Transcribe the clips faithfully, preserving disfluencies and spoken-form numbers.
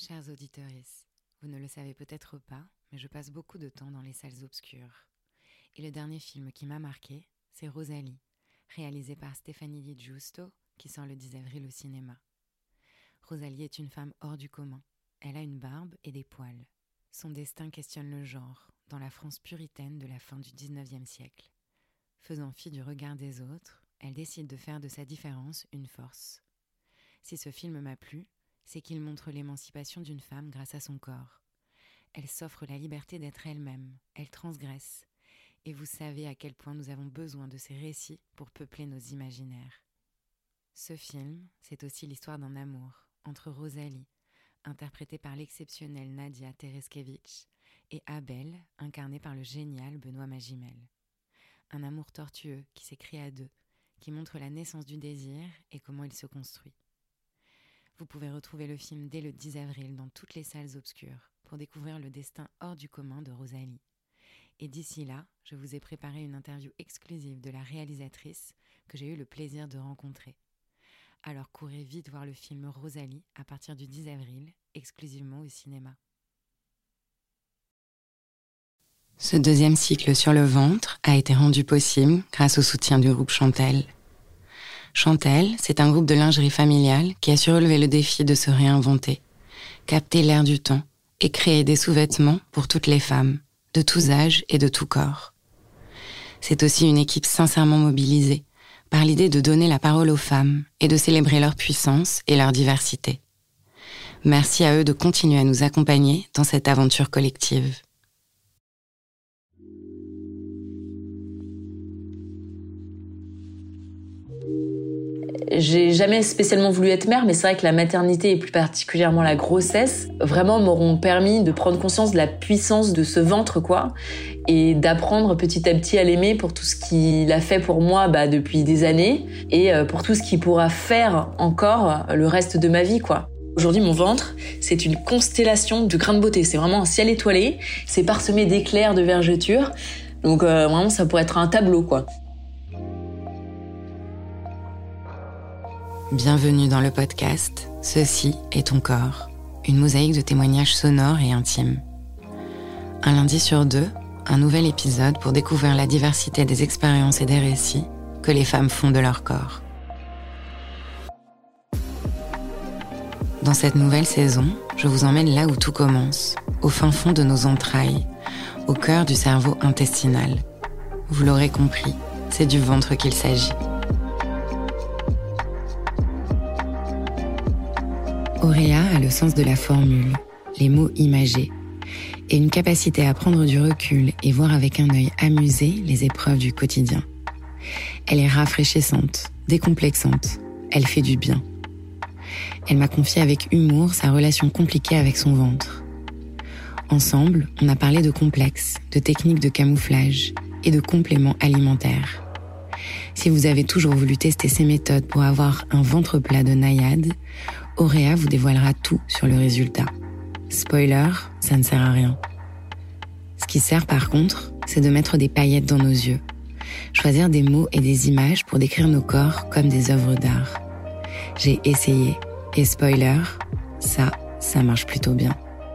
Chers auditeurs, vous ne le savez peut-être pas, mais je passe beaucoup de temps dans les salles obscures. Et le dernier film qui m'a marqué, c'est Rosalie, réalisé par Stéphanie Di Giusto, qui sort le dix avril au cinéma. Rosalie est une femme hors du commun. Elle a une barbe et des poils. Son destin questionne le genre, dans la France puritaine de la fin du dix-neuvième siècle. Faisant fi du regard des autres, elle décide de faire de sa différence une force. Si ce film m'a plu, c'est qu'il montre l'émancipation d'une femme grâce à son corps. Elle s'offre la liberté d'être elle-même, elle transgresse. Et vous savez à quel point nous avons besoin de ces récits pour peupler nos imaginaires. Ce film, c'est aussi l'histoire d'un amour entre Rosalie, interprétée par l'exceptionnelle Nadia Tereskevich, et Abel, incarné par le génial Benoît Magimel. Un amour tortueux qui s'écrit à deux, qui montre la naissance du désir et comment il se construit. Vous pouvez retrouver le film dès le dix avril dans toutes les salles obscures pour découvrir le destin hors du commun de Rosalie. Et d'ici là, je vous ai préparé une interview exclusive de la réalisatrice que j'ai eu le plaisir de rencontrer. Alors courez vite voir le film Rosalie à partir du dix avril, exclusivement au cinéma. Ce deuxième cycle sur le ventre a été rendu possible grâce au soutien du groupe Chantel. Chantel, c'est un groupe de lingerie familiale qui a su relever le défi de se réinventer, capter l'air du temps et créer des sous-vêtements pour toutes les femmes, de tous âges et de tout corps. C'est aussi une équipe sincèrement mobilisée par l'idée de donner la parole aux femmes et de célébrer leur puissance et leur diversité. Merci à eux de continuer à nous accompagner dans cette aventure collective. J'ai jamais spécialement voulu être mère, mais c'est vrai que la maternité et plus particulièrement la grossesse, vraiment m'auront permis de prendre conscience de la puissance de ce ventre, quoi, et d'apprendre petit à petit à l'aimer pour tout ce qu'il a fait pour moi bah, depuis des années, et pour tout ce qu'il pourra faire encore le reste de ma vie, quoi. Aujourd'hui, mon ventre, c'est une constellation de grains de beauté. C'est vraiment un ciel étoilé, c'est parsemé d'éclairs, de vergetures, donc euh, vraiment ça pourrait être un tableau, quoi. Bienvenue dans le podcast « Ceci est ton corps », une mosaïque de témoignages sonores et intimes. Un lundi sur deux, un nouvel épisode pour découvrir la diversité des expériences et des récits que les femmes font de leur corps. Dans cette nouvelle saison, je vous emmène là où tout commence, au fin fond de nos entrailles, au cœur du cerveau intestinal. Vous l'aurez compris, c'est du ventre qu'il s'agit. Auréa a le sens de la formule, les mots imagés, et une capacité à prendre du recul et voir avec un œil amusé les épreuves du quotidien. Elle est rafraîchissante, décomplexante, elle fait du bien. Elle m'a confié avec humour sa relation compliquée avec son ventre. Ensemble, on a parlé de complexes, de techniques de camouflage et de compléments alimentaires. Si vous avez toujours voulu tester ces méthodes pour avoir un ventre plat de naïade, Auréa vous dévoilera tout sur le résultat. Spoiler, ça ne sert à rien. Ce qui sert par contre, c'est de mettre des paillettes dans nos yeux. Choisir des mots et des images pour décrire nos corps comme des œuvres d'art. J'ai essayé, et spoiler, ça, ça marche plutôt bien.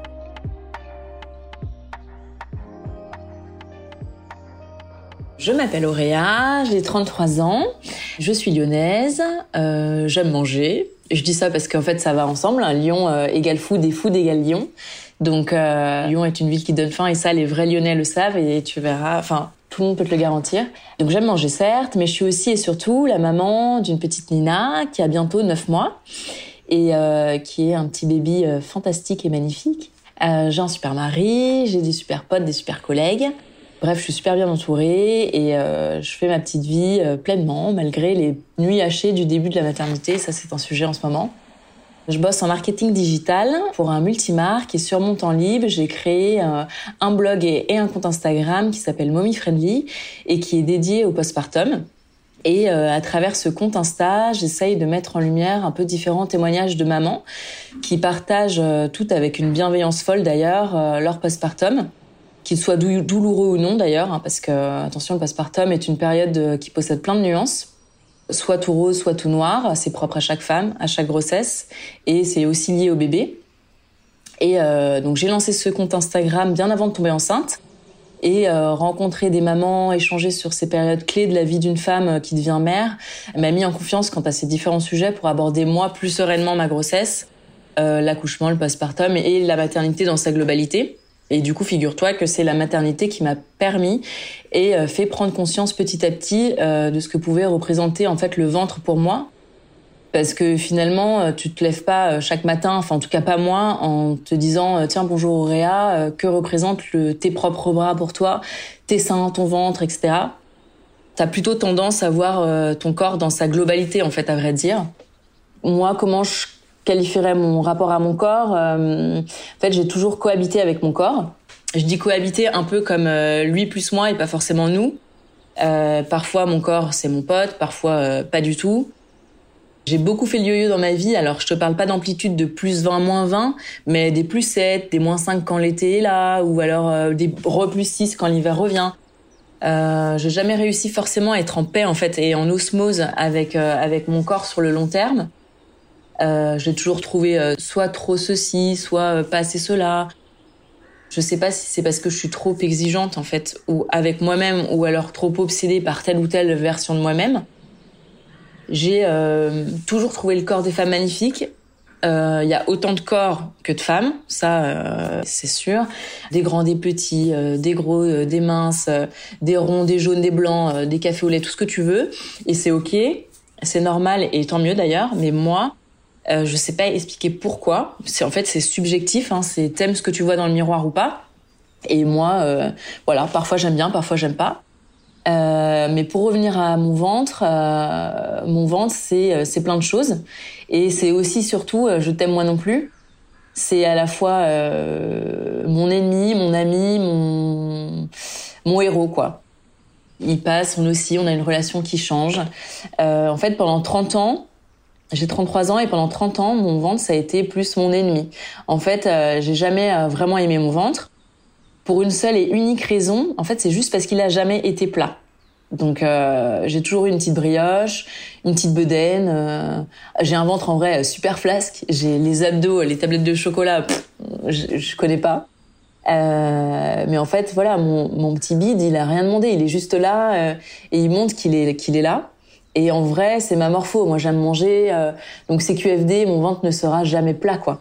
Je m'appelle Auréa, j'ai trente-trois ans, je suis lyonnaise, euh, j'aime manger. Je dis ça parce qu'en fait ça va ensemble, hein. Lyon euh, égale food et food égale Lyon. Donc euh, Lyon est une ville qui donne faim et ça les vrais Lyonnais le savent et tu verras, enfin tout le monde peut te le garantir. Donc j'aime manger certes, mais je suis aussi et surtout la maman d'une petite Nina qui a bientôt neuf mois et euh, qui est un petit baby euh, fantastique et magnifique. Euh, j'ai un super mari, j'ai des super potes, des super collègues. Bref, je suis super bien entourée et euh, je fais ma petite vie euh, pleinement, malgré les nuits hachées du début de la maternité. Ça, c'est un sujet en ce moment. Je bosse en marketing digital pour un multimarque et sur mon temps libre, j'ai créé euh, un blog et, et un compte Instagram qui s'appelle Mommy Friendly et qui est dédié au postpartum. Et euh, à travers ce compte Insta, j'essaye de mettre en lumière un peu différents témoignages de mamans qui partagent, euh, toutes avec une bienveillance folle d'ailleurs, euh, leur postpartum. Qu'il soit dou- douloureux ou non d'ailleurs, hein, parce que, attention, le postpartum est une période qui possède plein de nuances. Soit tout rose, soit tout noir, c'est propre à chaque femme, à chaque grossesse, et c'est aussi lié au bébé. Et euh, donc j'ai lancé ce compte Instagram bien avant de tomber enceinte et euh, rencontrer des mamans, échanger sur ces périodes clés de la vie d'une femme qui devient mère m'a mis en confiance quant à ces différents sujets pour aborder moi plus sereinement ma grossesse, euh, l'accouchement, le postpartum et la maternité dans sa globalité. Et du coup, figure-toi que c'est la maternité qui m'a permis et euh, fait prendre conscience petit à petit euh, de ce que pouvait représenter en fait le ventre pour moi. Parce que finalement, tu te lèves pas chaque matin, enfin en tout cas pas moi, en te disant « Tiens, bonjour Auréa, que représentent le, tes propres bras pour toi, tes seins, ton ventre, et cetera » T'as plutôt tendance à voir euh, ton corps dans sa globalité, en fait, à vrai dire. Moi, comment je qualifierais mon rapport à mon corps euh, En fait, j'ai toujours cohabité avec mon corps. Je dis cohabiter un peu comme euh, lui plus moi et pas forcément nous. Euh, parfois, mon corps, c'est mon pote, parfois euh, pas du tout. J'ai beaucoup fait le yo-yo dans ma vie, alors je te parle pas d'amplitude de plus vingt, moins vingt, mais des plus sept, des moins cinq quand l'été est là, ou alors euh, des re plus six quand l'hiver revient. Euh, j'ai jamais réussi forcément à être en paix en fait et en osmose avec euh, avec mon corps sur le long terme. Euh, j'ai toujours trouvé euh, soit trop ceci, soit euh, pas assez cela. Je sais pas si c'est parce que je suis trop exigeante en fait, ou avec moi-même, ou alors trop obsédée par telle ou telle version de moi-même. J'ai euh, toujours trouvé le corps des femmes magnifique. Il euh, y a autant de corps que de femmes, ça euh, c'est sûr. Des grands, des petits, euh, des gros, euh, des minces, euh, des ronds, des jaunes, des blancs, euh, des cafés au lait, tout ce que tu veux. Et c'est ok, c'est normal et tant mieux d'ailleurs. Mais moi, euh, je sais pas expliquer pourquoi. C'est en fait c'est subjectif. Hein, c'est t'aimes ce que tu vois dans le miroir ou pas. Et moi, euh, voilà, parfois j'aime bien, parfois j'aime pas. Euh, mais pour revenir à mon ventre, euh, mon ventre c'est c'est plein de choses et c'est aussi surtout euh, je t'aime moi non plus. C'est à la fois euh, mon ennemi, mon ami, mon mon héros quoi. Il passe, on aussi, on a une relation qui change. Euh, en fait, pendant trente ans, j'ai trente-trois ans et pendant trente ans, mon ventre ça a été plus mon ennemi. En fait, euh, j'ai jamais euh, vraiment aimé mon ventre. Pour une seule et unique raison, en fait, c'est juste parce qu'il a jamais été plat. Donc, euh, j'ai toujours eu une petite brioche, une petite bedaine. Euh, j'ai un ventre en vrai super flasque. J'ai les abdos, les tablettes de chocolat, pff, je, je connais pas. Euh, mais en fait, voilà, mon, mon petit bide, il a rien demandé. Il est juste là euh, et il montre qu'il est qu'il est là. Et en vrai, c'est ma morpho. Moi, j'aime manger. Euh, donc, C Q F D, mon ventre ne sera jamais plat, quoi.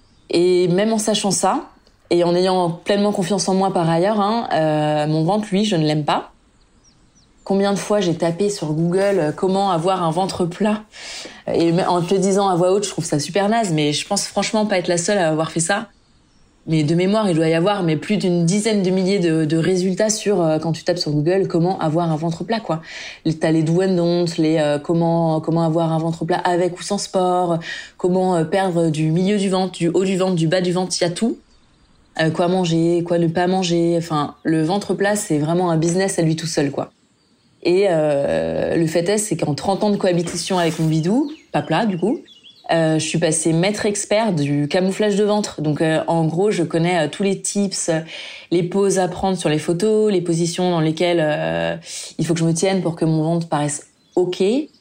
Et même en sachant ça, et en ayant pleinement confiance en moi par ailleurs, hein, euh, mon ventre, lui, je ne l'aime pas. Combien de fois j'ai tapé sur Google euh, comment avoir un ventre plat, et en te le disant à voix haute, je trouve ça super naze, mais je pense franchement pas être la seule à avoir fait ça. Mais de mémoire, il doit y avoir mais plus d'une dizaine de milliers de, de résultats sur euh, quand tu tapes sur Google comment avoir un ventre plat, quoi. T'as les do and don't, les euh, comment comment avoir un ventre plat avec ou sans sport, comment euh, perdre du milieu du ventre, du haut du ventre, du bas du ventre, il y a tout. Euh, quoi manger, quoi ne pas manger. Enfin, le ventre plat, c'est vraiment un business à lui tout seul, quoi. Et euh, le fait est, c'est qu'en trente ans de cohabitation avec mon bidou, pas plat du coup, euh, je suis passée maître expert du camouflage de ventre. Donc, euh, en gros, je connais euh, tous les tips, les poses à prendre sur les photos, les positions dans lesquelles euh, il faut que je me tienne pour que mon ventre paraisse ok.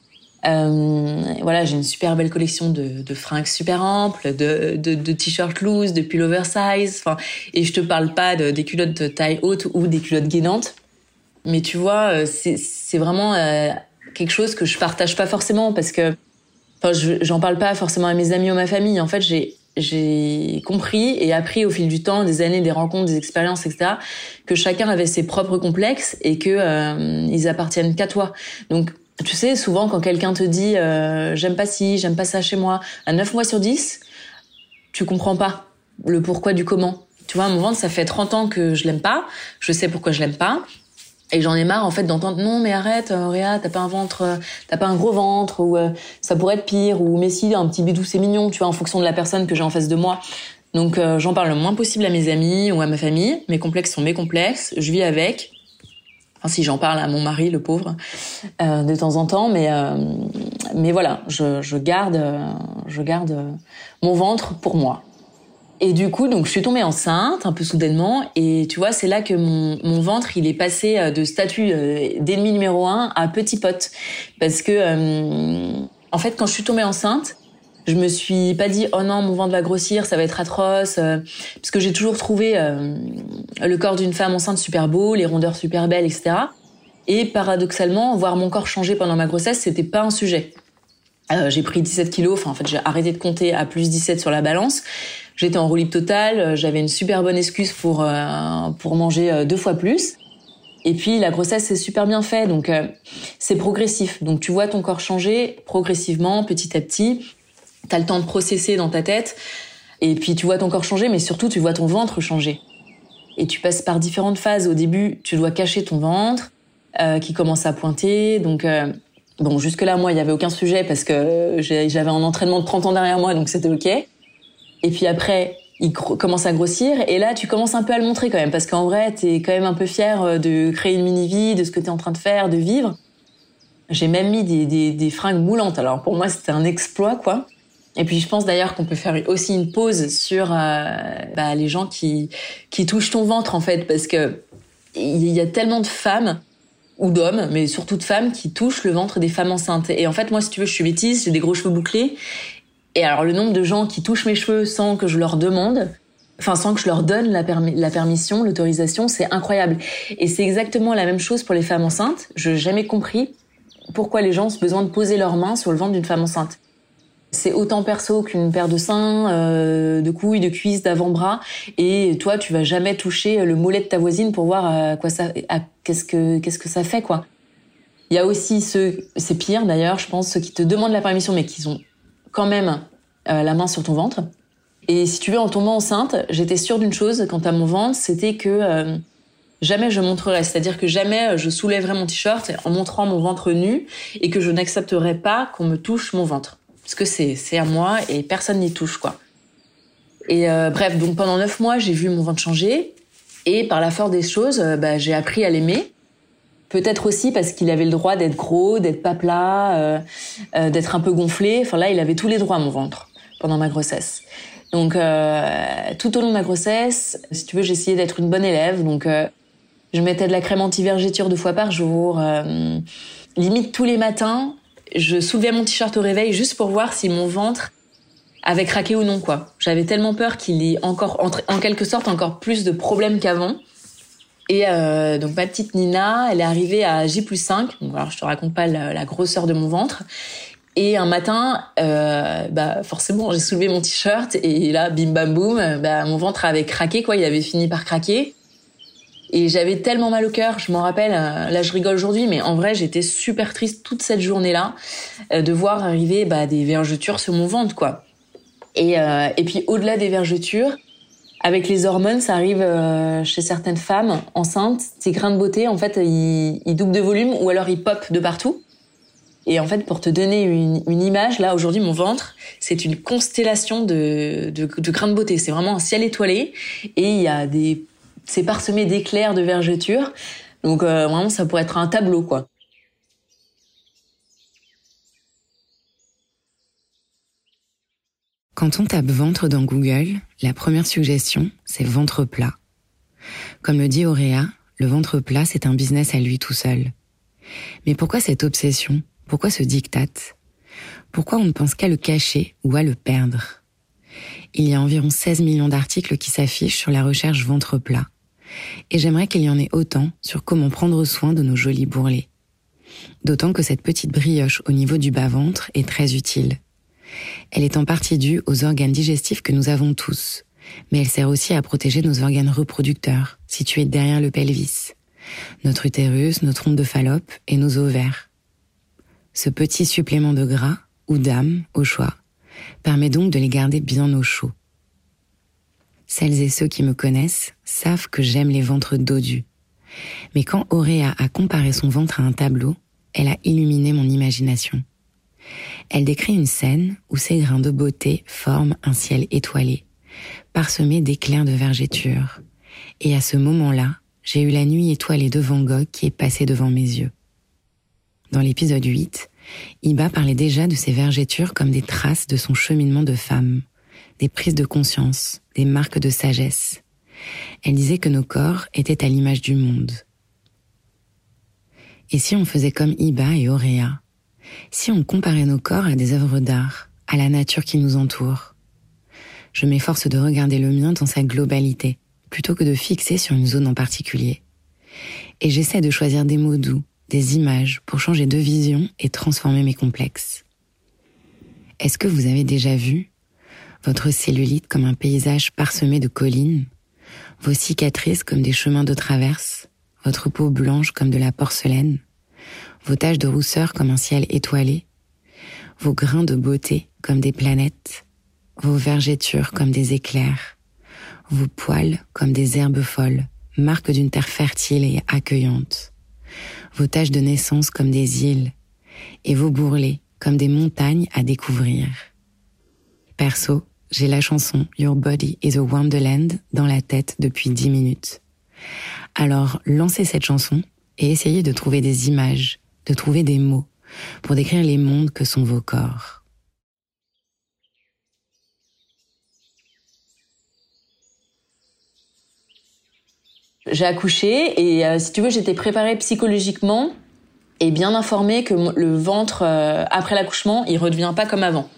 Euh, voilà, j'ai une super belle collection de, de fringues super amples, de, de, de t-shirts loose, de pulls oversize. Enfin, et je te parle pas de, des culottes de taille haute ou des culottes gainantes. Mais tu vois, c'est, c'est vraiment euh, quelque chose que je partage pas forcément parce que, enfin, je, j'en parle pas forcément à mes amis ou à ma famille. En fait, j'ai, j'ai compris et appris au fil du temps, des années, des rencontres, des expériences, et cetera, que chacun avait ses propres complexes et que euh, ils appartiennent qu'à toi. Donc, tu sais, souvent, quand quelqu'un te dit euh, « j'aime pas ci, j'aime pas ça chez moi », à neuf mois sur dix, tu comprends pas le pourquoi du comment. Tu vois, mon ventre, ça fait trente ans que je l'aime pas, je sais pourquoi je l'aime pas, et j'en ai marre, en fait, d'entendre « non, mais arrête, Auréa, t'as pas un ventre, t'as pas un gros ventre, ou euh, ça pourrait être pire, ou mais si, un petit bidou, c'est mignon », tu vois, en fonction de la personne que j'ai en face de moi. Donc, euh, j'en parle le moins possible à mes amis ou à ma famille. Mes complexes sont mes complexes, je vis avec. Enfin, si j'en parle à mon mari, le pauvre, euh, de temps en temps, mais euh, mais voilà, je, je garde, euh, je garde euh, mon ventre pour moi. Et du coup, donc je suis tombée enceinte un peu soudainement, et tu vois, c'est là que mon mon ventre, il est passé de statut euh, d'ennemi numéro un à petit pote, parce que euh, en fait, quand je suis tombée enceinte, Je me suis pas dit oh non, mon ventre va grossir, ça va être atroce, euh, parce que j'ai toujours trouvé euh, le corps d'une femme enceinte super beau, les rondeurs super belles, et cetera. Et paradoxalement, voir mon corps changer pendant ma grossesse, c'était pas un sujet. Euh, j'ai pris dix-sept kilos, enfin en fait j'ai arrêté de compter à plus dix-sept sur la balance. J'étais en roue libre totale, j'avais une super bonne excuse pour euh, pour manger deux fois plus. Et puis la grossesse c'est super bien fait, donc euh, c'est progressif. Donc tu vois ton corps changer progressivement, petit à petit. T'as le temps de processer dans ta tête, et puis tu vois ton corps changer, mais surtout tu vois ton ventre changer. Et tu passes par différentes phases. Au début, tu dois cacher ton ventre, euh, qui commence à pointer. Donc, euh, bon, jusque-là, moi, il y avait aucun sujet parce que j'avais un entraînement de trente ans derrière moi, donc c'était ok. Et puis après, il gro- commence à grossir, et là, tu commences un peu à le montrer quand même, parce qu'en vrai, t'es quand même un peu fier de créer une mini-vie, de ce que t'es en train de faire, de vivre. J'ai même mis des, des, des fringues moulantes. Alors pour moi, c'était un exploit, quoi. Et puis je pense d'ailleurs qu'on peut faire aussi une pause sur euh, bah, les gens qui qui touchent ton ventre en fait, parce que il y a tellement de femmes ou d'hommes, mais surtout de femmes qui touchent le ventre des femmes enceintes. Et en fait moi, si tu veux, je suis métisse, j'ai des gros cheveux bouclés. Et alors le nombre de gens qui touchent mes cheveux sans que je leur demande, enfin sans que je leur donne la, permi- la permission, l'autorisation, c'est incroyable. Et c'est exactement la même chose pour les femmes enceintes. Je n'ai jamais compris pourquoi les gens ont besoin de poser leurs mains sur le ventre d'une femme enceinte. C'est autant perso qu'une paire de seins, euh, de couilles, de cuisses, d'avant-bras. Et toi, tu vas jamais toucher le mollet de ta voisine pour voir à quoi ça, à, qu'est-ce que, qu'est-ce que ça fait, quoi. Il y a aussi ceux, c'est pire d'ailleurs, je pense, ceux qui te demandent la permission, mais qui ont quand même euh, la main sur ton ventre. Et si tu veux, en tombant enceinte, j'étais sûre d'une chose quant à mon ventre, c'était que euh, jamais je montrerais. C'est-à-dire que jamais je soulèverais mon t-shirt en montrant mon ventre nu, et que je n'accepterais pas qu'on me touche mon ventre. Parce que c'est, c'est à moi et personne n'y touche, quoi. Et euh, bref, donc pendant neuf mois, j'ai vu mon ventre changer. Et par la force des choses, euh, bah, j'ai appris à l'aimer. Peut-être aussi parce qu'il avait le droit d'être gros, d'être pas plat, euh, euh, d'être un peu gonflé. Enfin là, il avait tous les droits, mon ventre, pendant ma grossesse. Donc euh, tout au long de ma grossesse, si tu veux, j'essayais d'être une bonne élève. Donc euh, je mettais de la crème anti-vergéture deux fois par jour. Euh, limite tous les matins, je soulevais mon t-shirt au réveil juste pour voir si mon ventre avait craqué ou non, quoi. J'avais tellement peur qu'il y ait encore, en quelque sorte, encore plus de problèmes qu'avant. Et euh, donc ma petite Nina, elle est arrivée à J plus cinq. Donc, alors je te raconte pas la, la grosseur de mon ventre. Et un matin, euh, bah forcément, j'ai soulevé mon t-shirt et là, bim bam boum, bah mon ventre avait craqué, quoi. Il avait fini par craquer. Et j'avais tellement mal au cœur, je m'en rappelle, là je rigole aujourd'hui, mais en vrai j'étais super triste toute cette journée-là euh, de voir arriver bah, des vergetures sur mon ventre, quoi. Et, euh, et puis au-delà des vergetures, avec les hormones, ça arrive euh, chez certaines femmes enceintes, ces grains de beauté, en fait, ils, ils doublent de volume ou alors ils popent de partout. Et en fait, pour te donner une, une image, là aujourd'hui mon ventre, c'est une constellation de, de, de grains de beauté. C'est vraiment un ciel étoilé et il y a des... c'est parsemé d'éclairs de vergetures. Donc euh, vraiment, ça pourrait être un tableau, quoi. Quand on tape ventre dans Google, la première suggestion, c'est ventre plat. Comme le dit Auréa, le ventre plat, c'est un business à lui tout seul. Mais pourquoi cette obsession ? Pourquoi ce diktat ? Pourquoi on ne pense qu'à le cacher ou à le perdre ? Il y a environ seize millions d'articles qui s'affichent sur la recherche ventre plat. Et j'aimerais qu'il y en ait autant sur comment prendre soin de nos jolis bourrelets. D'autant que cette petite brioche au niveau du bas-ventre est très utile. Elle est en partie due aux organes digestifs que nous avons tous, mais elle sert aussi à protéger nos organes reproducteurs, situés derrière le pelvis, notre utérus, nos trompes de Fallope et nos ovaires. Ce petit supplément de gras, ou d'âme, au choix, permet donc de les garder bien au chaud. Celles et ceux qui me connaissent savent que j'aime les ventres dodus. Mais quand Auréa a comparé son ventre à un tableau, elle a illuminé mon imagination. Elle décrit une scène où ces grains de beauté forment un ciel étoilé, parsemé d'éclairs de vergetures. Et à ce moment-là, j'ai eu la nuit étoilée de Van Gogh qui est passée devant mes yeux. Dans l'épisode huit, Iba parlait déjà de ces vergetures comme des traces de son cheminement de femme, des prises de conscience, des marques de sagesse. Elle disait que nos corps étaient à l'image du monde. Et si on faisait comme Iba et Auréa ? Si on comparait nos corps à des œuvres d'art, à la nature qui nous entoure. Je m'efforce de regarder le mien dans sa globalité, plutôt que de fixer sur une zone en particulier. Et j'essaie de choisir des mots doux, des images, pour changer de vision et transformer mes complexes. Est-ce que vous avez déjà vu votre cellulite comme un paysage parsemé de collines, vos cicatrices comme des chemins de traverse, votre peau blanche comme de la porcelaine, vos taches de rousseur comme un ciel étoilé, vos grains de beauté comme des planètes, vos vergetures comme des éclairs, vos poils comme des herbes folles, marques d'une terre fertile et accueillante, vos taches de naissance comme des îles, et vos bourrelets comme des montagnes à découvrir. Perso, j'ai la chanson Your Body is a Wonderland dans la tête depuis dix minutes. Alors, lancez cette chanson et essayez de trouver des images, de trouver des mots pour décrire les mondes que sont vos corps. J'ai accouché et euh, si tu veux, j'étais préparée psychologiquement et bien informée que le ventre, euh, après l'accouchement, il redevient pas comme avant.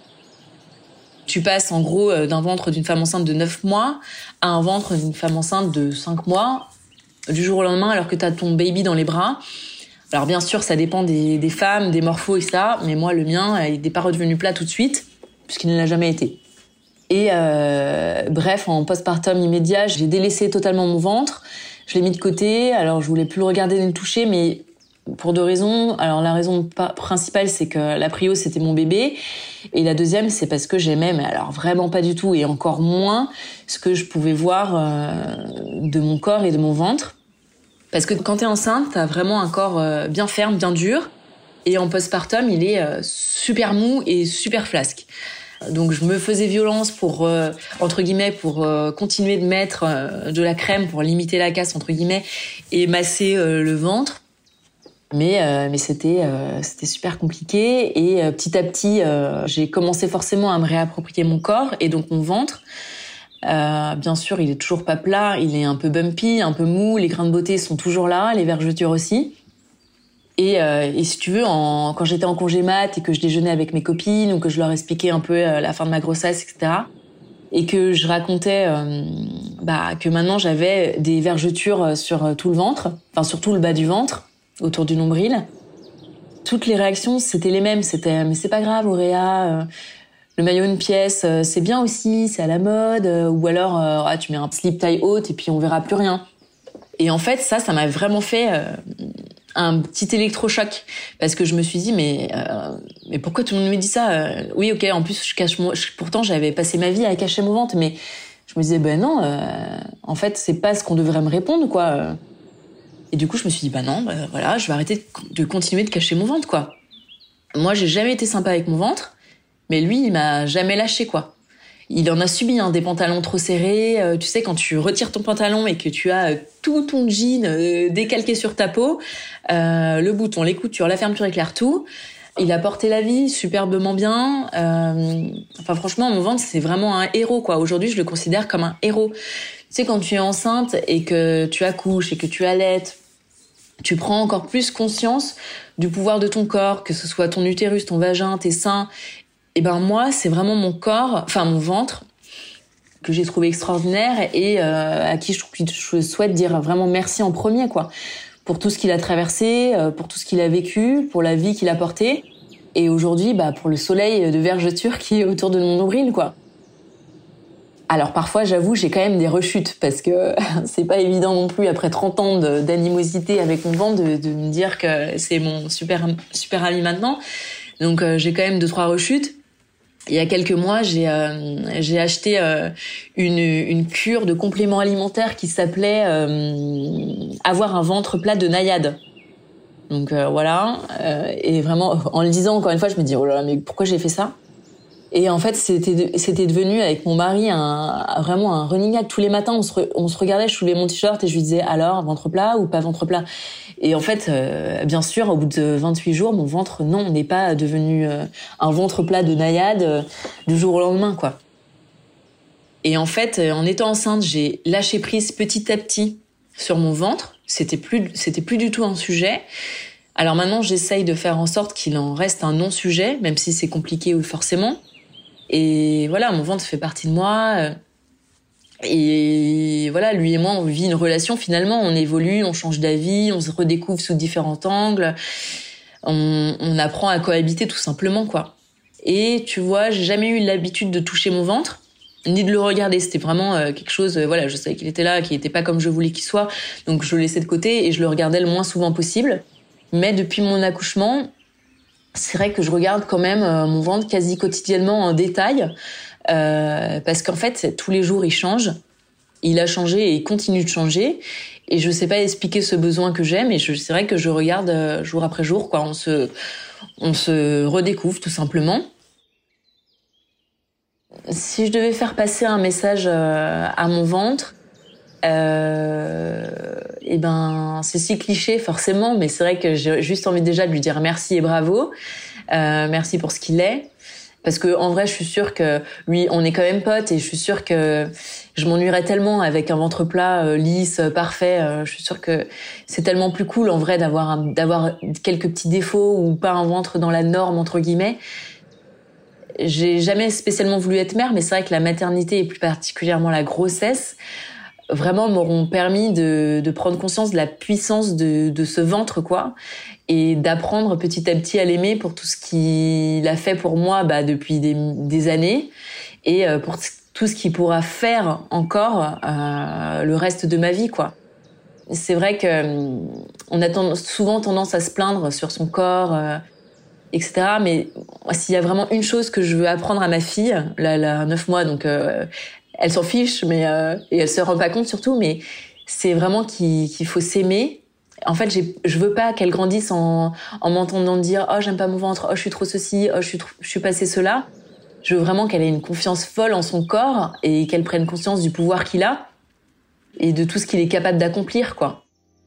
Tu passes en gros d'un ventre d'une femme enceinte de neuf mois à un ventre d'une femme enceinte de cinq mois, du jour au lendemain, alors que tu as ton baby dans les bras. Alors bien sûr, ça dépend des, des femmes, des morphos et ça, mais moi, le mien, il n'est pas redevenu plat tout de suite, puisqu'il ne l'a jamais été. Et euh, bref, en postpartum immédiat, j'ai délaissé totalement mon ventre, je l'ai mis de côté, alors je voulais plus le regarder ni le toucher, mais pour deux raisons. Alors la raison principale, c'est que la prio, c'était mon bébé. Et la deuxième, c'est parce que j'aimais, mais alors vraiment pas du tout, et encore moins, ce que je pouvais voir euh, de mon corps et de mon ventre. Parce que quand t'es enceinte, t'as vraiment un corps euh, bien ferme, bien dur. Et en postpartum, il est euh, super mou et super flasque. Donc je me faisais violence pour, euh, entre guillemets, pour euh, continuer de mettre euh, de la crème pour limiter la casse, entre guillemets, et masser euh, le ventre. Mais euh, mais c'était euh, c'était super compliqué et euh, petit à petit euh, j'ai commencé forcément à me réapproprier mon corps et donc mon ventre. Euh, bien sûr, il est toujours pas plat, il est un peu bumpy, un peu mou, les grains de beauté sont toujours là, les vergetures aussi. Et, euh, et si tu veux, en, quand j'étais en congé mat et que je déjeunais avec mes copines ou que je leur expliquais un peu euh, la fin de ma grossesse, et cetera. Et que je racontais euh, bah que maintenant j'avais des vergetures sur tout le ventre, enfin sur tout le bas du ventre, autour du nombril. Toutes les réactions, c'était les mêmes. C'était « mais c'est pas grave, Auréa, euh, le maillot une pièce, euh, c'est bien aussi, c'est à la mode. Euh, » Ou alors euh, ah, « tu mets un slip taille haute et puis on verra plus rien. » Et en fait, ça, ça m'a vraiment fait euh, un petit électrochoc. Parce que je me suis dit « mais euh, mais pourquoi tout le monde me dit ça euh, ?» Oui, ok, en plus, je cache mon... je, pourtant, j'avais passé ma vie à cacher mon ventre. Mais je me disais « ben non, euh, en fait, c'est pas ce qu'on devrait me répondre, quoi. » Et du coup, je me suis dit, bah non, bah voilà, je vais arrêter de continuer de cacher mon ventre, quoi. Moi, j'ai jamais été sympa avec mon ventre, mais lui, il m'a jamais lâché, quoi. Il en a subi, hein, des pantalons trop serrés. Euh, tu sais, quand tu retires ton pantalon et que tu as euh, tout ton jean euh, décalqué sur ta peau, euh, le bouton, les coutures, la fermeture éclair, tout. Il a porté la vie superbement bien. Euh, enfin, franchement, mon ventre, c'est vraiment un héros, quoi. Aujourd'hui, je le considère comme un héros. Tu sais, quand tu es enceinte et que tu accouches et que tu allaites, tu prends encore plus conscience du pouvoir de ton corps, que ce soit ton utérus, ton vagin, tes seins. Et ben moi, c'est vraiment mon corps, enfin mon ventre, que j'ai trouvé extraordinaire et euh, à qui je, je souhaite dire vraiment merci en premier, quoi, pour tout ce qu'il a traversé, pour tout ce qu'il a vécu, pour la vie qu'il a portée, et aujourd'hui, bah pour le soleil de vergeture qui est autour de mon nombril, quoi. Alors parfois, j'avoue, j'ai quand même des rechutes parce que c'est pas évident non plus après trente ans de, d'animosité avec mon ventre de, de me dire que c'est mon super super ami maintenant. Donc euh, j'ai quand même deux trois rechutes. Il y a quelques mois, j'ai euh, j'ai acheté euh, une une cure de compléments alimentaires qui s'appelait euh, avoir un ventre plat de naïade. Donc euh, voilà, euh, et vraiment en le disant encore une fois, je me dis oh là là, mais pourquoi j'ai fait ça? Et en fait, c'était c'était devenu avec mon mari un vraiment un running gag. Tous les matins, on se re, on se regardait, je soulevais mon t-shirt et je lui disais alors ventre plat ou pas ventre plat. Et en fait, euh, bien sûr, au bout de vingt-huit jours, mon ventre non n'est pas devenu euh, un ventre plat de naïade euh, du jour au lendemain, quoi. Et en fait, en étant enceinte, j'ai lâché prise petit à petit sur mon ventre. C'était plus c'était plus du tout un sujet. Alors maintenant, j'essaye de faire en sorte qu'il en reste un non-sujet, même si c'est compliqué forcément. Et voilà, mon ventre fait partie de moi. Et voilà, lui et moi, on vit une relation finalement. On évolue, on change d'avis, on se redécouvre sous différents angles. On, on apprend à cohabiter tout simplement, quoi. Et tu vois, j'ai jamais eu l'habitude de toucher mon ventre, ni de le regarder. C'était vraiment euh, quelque chose, euh, voilà, je savais qu'il était là, qu'il était pas comme je voulais qu'il soit. Donc je le laissais de côté et je le regardais le moins souvent possible. Mais depuis mon accouchement, c'est vrai que je regarde quand même euh, mon ventre quasi quotidiennement en détail. Euh, parce qu'en fait, tous les jours, il change. Il a changé et il continue de changer. Et je sais pas expliquer ce besoin que j'ai, mais je, c'est vrai que je regarde euh, jour après jour, quoi. On se, on se redécouvre, tout simplement. Si je devais faire passer un message euh, à mon ventre, euh, et ben, c'est si cliché, forcément, mais c'est vrai que j'ai juste envie déjà de lui dire merci et bravo. Euh, merci pour ce qu'il est. Parce que en vrai, je suis sûre que lui, on est quand même potes et je suis sûre que je m'ennuierais tellement avec un ventre plat, euh, lisse, parfait. Euh, je suis sûre que c'est tellement plus cool en vrai d'avoir un, d'avoir quelques petits défauts ou pas un ventre dans la norme entre guillemets. J'ai jamais spécialement voulu être mère, mais c'est vrai que la maternité et plus particulièrement la grossesse vraiment m'auront permis de, de prendre conscience de la puissance de, de ce ventre, quoi. Et d'apprendre petit à petit à l'aimer pour tout ce qu'il a fait pour moi bah, depuis des, des années et pour tout ce qu'il pourra faire encore euh, le reste de ma vie, quoi. C'est vrai qu'on a tendance, souvent tendance à se plaindre sur son corps, euh, et cetera. Mais s'il y a vraiment une chose que je veux apprendre à ma fille, là, elle a neuf mois, donc euh, elle s'en fiche, mais euh, et elle se rend pas compte surtout, mais c'est vraiment qu'il, qu'il faut s'aimer. En fait, j'ai, je veux pas qu'elle grandisse en, en m'entendant dire « Oh, j'aime pas mon ventre, oh, je suis trop ceci, oh, je suis, trop, je suis passé cela ». Je veux vraiment qu'elle ait une confiance folle en son corps et qu'elle prenne conscience du pouvoir qu'il a et de tout ce qu'il est capable d'accomplir, quoi.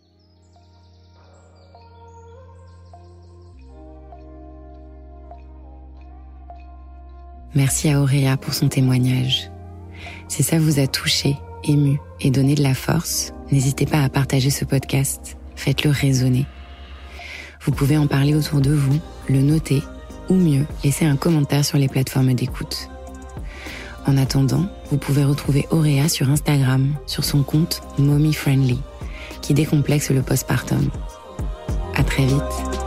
Merci à Auréa pour son témoignage. Si ça vous a touché, ému et donné de la force, n'hésitez pas à partager ce podcast. Faites-le résonner. Vous pouvez en parler autour de vous, le noter, ou mieux, laisser un commentaire sur les plateformes d'écoute. En attendant, vous pouvez retrouver Auréa sur Instagram, sur son compte Mommy Friendly, qui décomplexe le postpartum. À très vite.